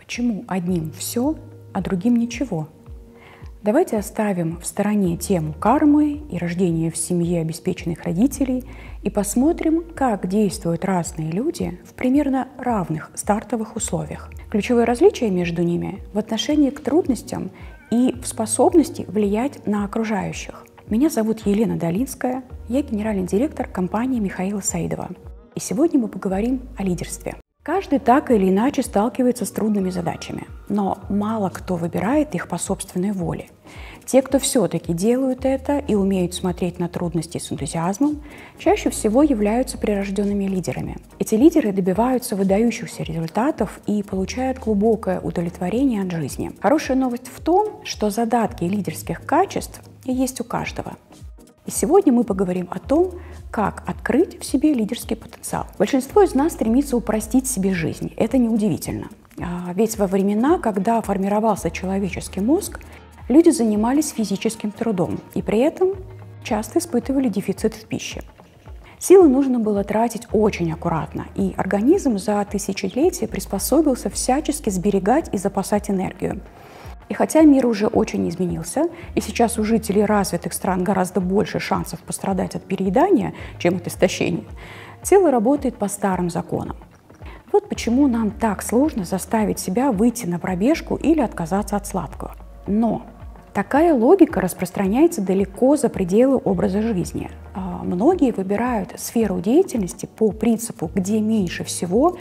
Почему одним все, а другим ничего? Давайте оставим в стороне тему кармы и рождения в семье обеспеченных родителей и посмотрим, как действуют разные люди в примерно равных стартовых условиях. Ключевое различие между ними в отношении к трудностям и в способности влиять на окружающих. Меня зовут Елена Долинская, я генеральный директор компании Михаила Саидова. И сегодня мы поговорим о лидерстве. Каждый так или иначе сталкивается с трудными задачами, но мало кто выбирает их по собственной воле. Те, кто все-таки делают это и умеют смотреть на трудности с энтузиазмом, чаще всего являются прирожденными лидерами. Эти лидеры добиваются выдающихся результатов и получают глубокое удовлетворение от жизни. Хорошая новость в том, что задатки лидерских качеств есть у каждого. И сегодня мы поговорим о том, как открыть в себе лидерский потенциал. Большинство из нас стремится упростить себе жизнь. Это неудивительно. Ведь во времена, когда формировался человеческий мозг, люди занимались физическим трудом и при этом часто испытывали дефицит в пище. Силы нужно было тратить очень аккуратно, и организм за тысячелетия приспособился всячески сберегать и запасать энергию. И хотя мир уже очень изменился, и сейчас у жителей развитых стран гораздо больше шансов пострадать от переедания, чем от истощения, тело работает по старым законам. Вот почему нам так сложно заставить себя выйти на пробежку или отказаться от сладкого. Но такая логика распространяется далеко за пределы образа жизни. Многие выбирают сферу деятельности по принципу «где меньше всего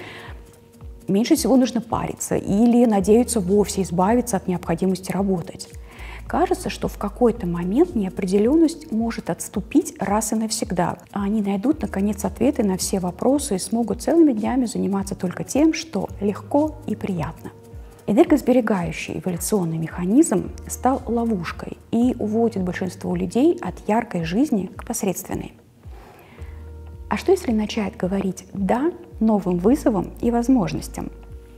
нужно париться» или надеются вовсе избавиться от необходимости работать. Кажется, что в какой-то момент неопределенность может отступить раз и навсегда, а они найдут, наконец, ответы на все вопросы и смогут целыми днями заниматься только тем, что легко и приятно. Энергосберегающий эволюционный механизм стал ловушкой и уводит большинство людей от яркой жизни к посредственной. А что если начать говорить «да» новым вызовам и возможностям?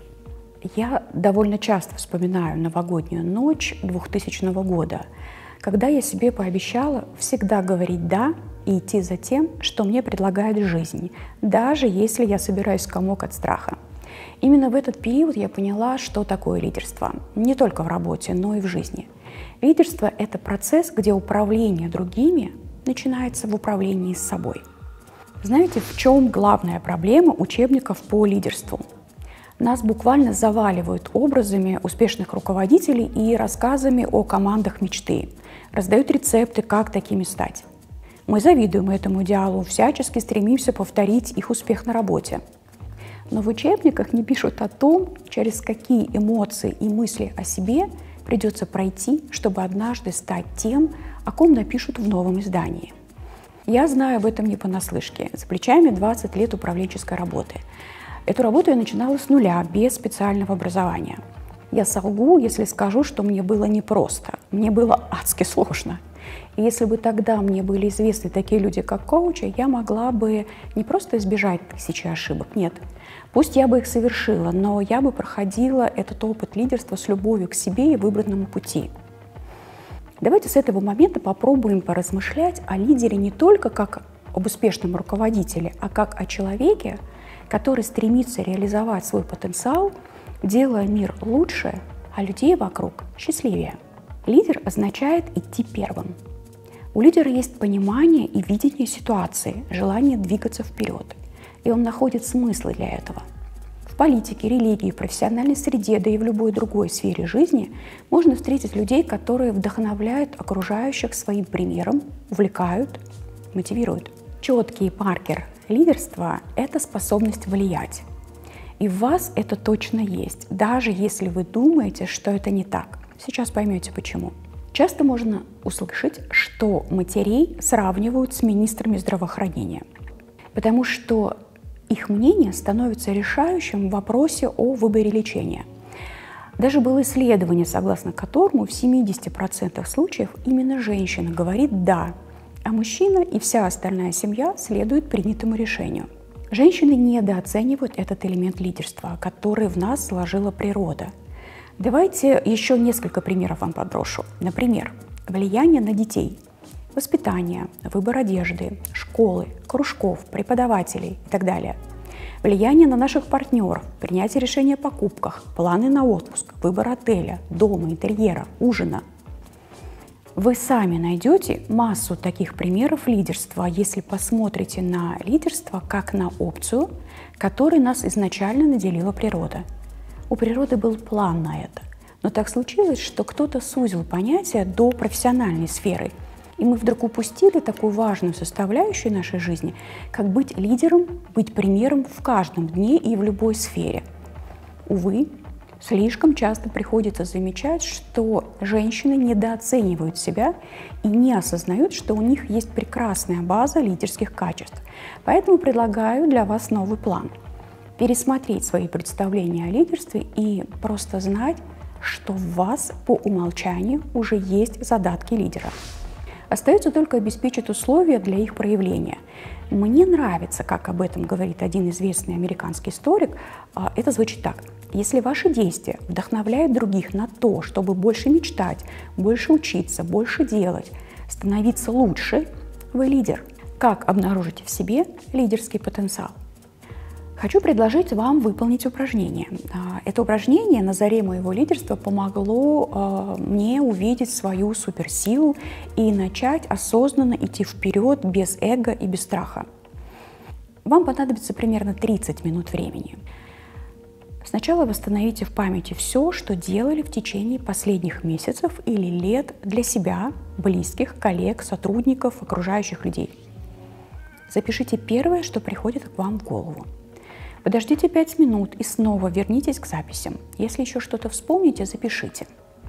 Я довольно часто вспоминаю новогоднюю ночь 2000 года, когда я себе пообещала всегда говорить «да» и идти за тем, что мне предлагает жизнь, даже если я собираюсь в комок от страха. Именно в этот период я поняла, что такое лидерство. Не только в работе, но и в жизни. Лидерство – это процесс, где управление другими начинается в управлении с собой. Знаете, в чем главная проблема учебников по лидерству? Нас буквально заваливают образами успешных руководителей и рассказами о командах мечты. Раздают рецепты, как такими стать. Мы завидуем этому идеалу, всячески стремимся повторить их успех на работе. Но в учебниках не пишут о том, через какие эмоции и мысли о себе придется пройти, чтобы однажды стать тем, о ком напишут в новом издании. Я знаю об этом не понаслышке. За плечами 20 лет управленческой работы. Эту работу я начинала с нуля, без специального образования. Я солгу, если скажу, что мне было непросто. Мне было адски сложно. И если бы тогда мне были известны такие люди, как коучи, я могла бы не просто избежать тысячи ошибок, нет. Пусть я бы их совершила, но я бы проходила этот опыт лидерства с любовью к себе и выбранному пути. Давайте с этого момента попробуем поразмышлять о лидере не только как об успешном руководителе, а как о человеке, который стремится реализовать свой потенциал, делая мир лучше, а людей вокруг счастливее. Лидер означает идти первым. У лидера есть понимание и видение ситуации, желание двигаться вперед, и он находит смыслы для этого. В политике, религии, профессиональной среде, да и в любой другой сфере жизни можно встретить людей, которые вдохновляют окружающих своим примером, увлекают, мотивируют. Четкий маркер лидерства – это способность влиять. И в вас это точно есть, даже если вы думаете, что это не так. Сейчас поймете почему. Часто можно услышать, что матерей сравнивают с министрами здравоохранения, потому что их мнение становится решающим в вопросе о выборе лечения. Даже было исследование, согласно которому в 70% случаев именно женщина говорит «да», а мужчина и вся остальная семья следуют принятому решению. Женщины недооценивают этот элемент лидерства, который в нас сложила природа. Давайте еще несколько примеров вам подброшу. Например, влияние на детей, воспитание, выбор одежды, школы, кружков, преподавателей и так далее. влияние на наших партнеров, принятие решения о покупках, планы на отпуск, выбор отеля, дома, интерьера, ужина. Вы сами найдете массу таких примеров лидерства, если посмотрите на лидерство как на опцию, которой нас изначально наделила природа. У природы был план на это, но так случилось, что кто-то сузил понятие до профессиональной сферы, и мы вдруг упустили такую важную составляющую нашей жизни, как быть лидером, быть примером в каждом дне и в любой сфере. Увы, слишком часто приходится замечать, что женщины недооценивают себя и не осознают, что у них есть прекрасная база лидерских качеств. Поэтому предлагаю для вас новый план. Пересмотреть свои представления о лидерстве и просто знать, что в вас по умолчанию уже есть задатки лидера. Остается только обеспечить условия для их проявления. Мне нравится, как об этом говорит один известный американский историк. Это звучит так. Если ваши действия вдохновляют других на то, чтобы больше мечтать, больше учиться, больше делать, становиться лучше, вы лидер. Как обнаружить в себе лидерский потенциал? Хочу предложить вам выполнить упражнение. Это упражнение на заре моего лидерства помогло мне увидеть свою суперсилу и начать осознанно идти вперед без эго и без страха. Вам понадобится примерно 30 минут времени. Сначала восстановите в памяти все, что делали в течение последних месяцев или лет для себя, близких, коллег, сотрудников, окружающих людей. Запишите первое, что приходит к вам в голову. Подождите 5 минут и снова вернитесь к записям. Если еще что-то вспомните, запишите.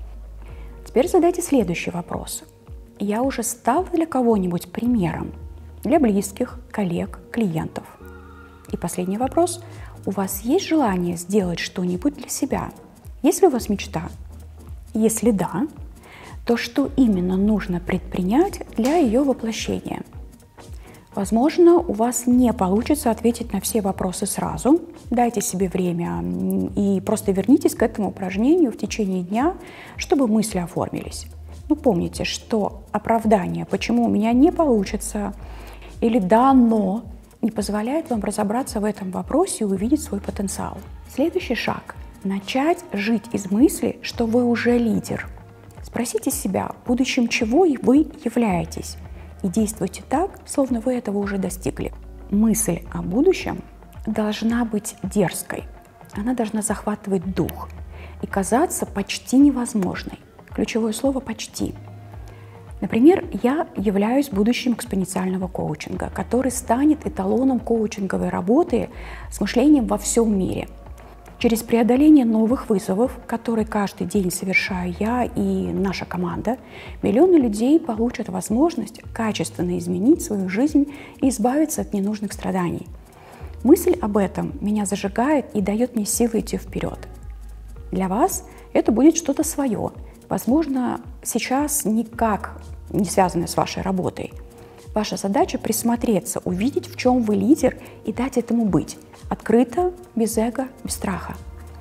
Теперь задайте следующий вопрос. Я уже стала для кого-нибудь примером? Для близких, коллег, клиентов? И последний вопрос. У вас есть желание сделать что-нибудь для себя? Есть ли у вас мечта? Если да, то что именно нужно предпринять для ее воплощения? Возможно, у вас не получится ответить на все вопросы сразу. Дайте себе время и просто вернитесь к этому упражнению в течение дня, чтобы мысли оформились. Помните, что оправдание, почему у меня не получится, или да, но, не позволяет вам разобраться в этом вопросе и увидеть свой потенциал. Следующий шаг – начать жить из мысли, что вы уже лидер. Спросите себя, будущим чего вы являетесь. И действуйте так, словно вы этого уже достигли. Мысль о будущем должна быть дерзкой. Она должна захватывать дух и казаться почти невозможной. Ключевое слово «почти». Например, я являюсь будущим экспоненциального коучинга, который станет эталоном коучинговой работы с мышлением во всем мире. Через преодоление новых вызовов, которые каждый день совершаю я и наша команда, миллионы людей получат возможность качественно изменить свою жизнь и избавиться от ненужных страданий. Мысль об этом меня зажигает и дает мне силы идти вперед. Для вас это будет что-то свое, возможно, сейчас никак не связанное с вашей работой. Ваша задача присмотреться, увидеть, в чем вы лидер, и дать этому быть. Открыто, без эго, без страха.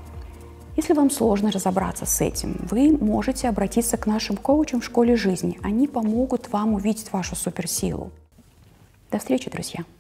Если вам сложно разобраться с этим, вы можете обратиться к нашим коучам в школе жизни. Они помогут вам увидеть вашу суперсилу. До встречи, друзья!